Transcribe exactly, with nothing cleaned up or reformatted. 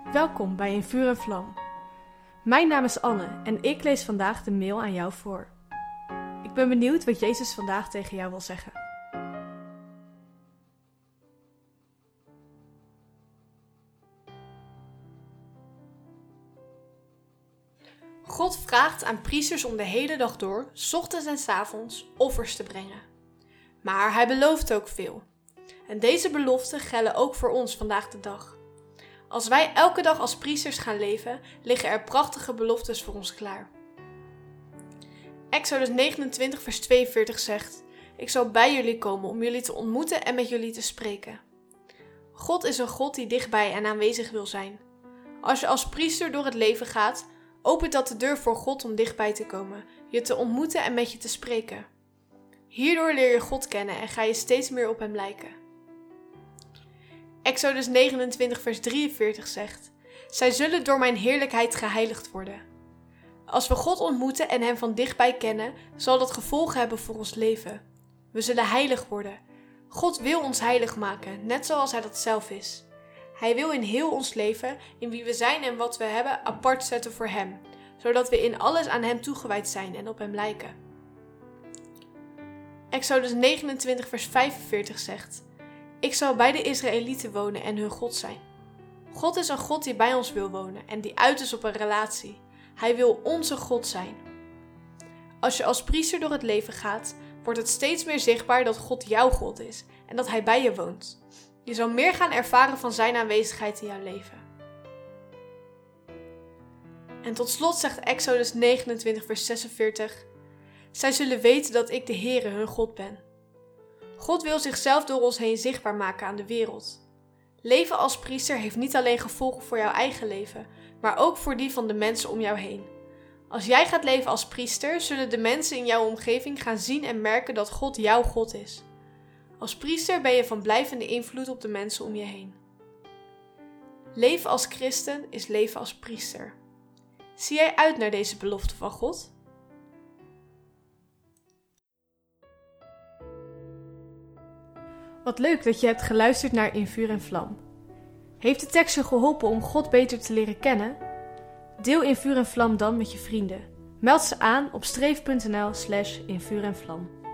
Welkom bij In Vuur en Vlam. Mijn naam is Anne en ik lees vandaag de mail aan jou voor. Ik ben benieuwd wat Jezus vandaag tegen jou wil zeggen. God vraagt aan priesters om de hele dag door, 's ochtends en 's avonds, offers te brengen. Maar hij belooft ook veel. En deze beloften gelden ook voor ons vandaag de dag. Als wij elke dag als priesters gaan leven, liggen er prachtige beloftes voor ons klaar. Exodus negenentwintig vers tweeënveertig zegt: Ik zal bij jullie komen om jullie te ontmoeten en met jullie te spreken. God is een God die dichtbij en aanwezig wil zijn. Als je als priester door het leven gaat, opent dat de deur voor God om dichtbij te komen, je te ontmoeten en met je te spreken. Hierdoor leer je God kennen en ga je steeds meer op hem lijken. Exodus negenentwintig vers drieënveertig zegt: Zij zullen door mijn heerlijkheid geheiligd worden. Als we God ontmoeten en hem van dichtbij kennen, zal dat gevolgen hebben voor ons leven. We zullen heilig worden. God wil ons heilig maken, net zoals hij dat zelf is. Hij wil in heel ons leven, in wie we zijn en wat we hebben, apart zetten voor hem, zodat we in alles aan hem toegewijd zijn en op hem lijken. Exodus negenentwintig vers vijfenveertig zegt: Ik zal bij de Israëlieten wonen en hun God zijn. God is een God die bij ons wil wonen en die uit is op een relatie. Hij wil onze God zijn. Als je als priester door het leven gaat, wordt het steeds meer zichtbaar dat God jouw God is en dat hij bij je woont. Je zal meer gaan ervaren van zijn aanwezigheid in jouw leven. En tot slot zegt Exodus negenentwintig vers zesenveertig: Zij zullen weten dat ik de Heere hun God ben. God wil zichzelf door ons heen zichtbaar maken aan de wereld. Leven als priester heeft niet alleen gevolgen voor jouw eigen leven, maar ook voor die van de mensen om jou heen. Als jij gaat leven als priester, zullen de mensen in jouw omgeving gaan zien en merken dat God jouw God is. Als priester ben je van blijvende invloed op de mensen om je heen. Leven als christen is leven als priester. Zie jij uit naar deze belofte van God? Wat leuk dat je hebt geluisterd naar In Vuur en Vlam. Heeft de tekst je geholpen om God beter te leren kennen? Deel In Vuur en Vlam dan met je vrienden. Meld ze aan op streef punt n l slash in vuur en vlam.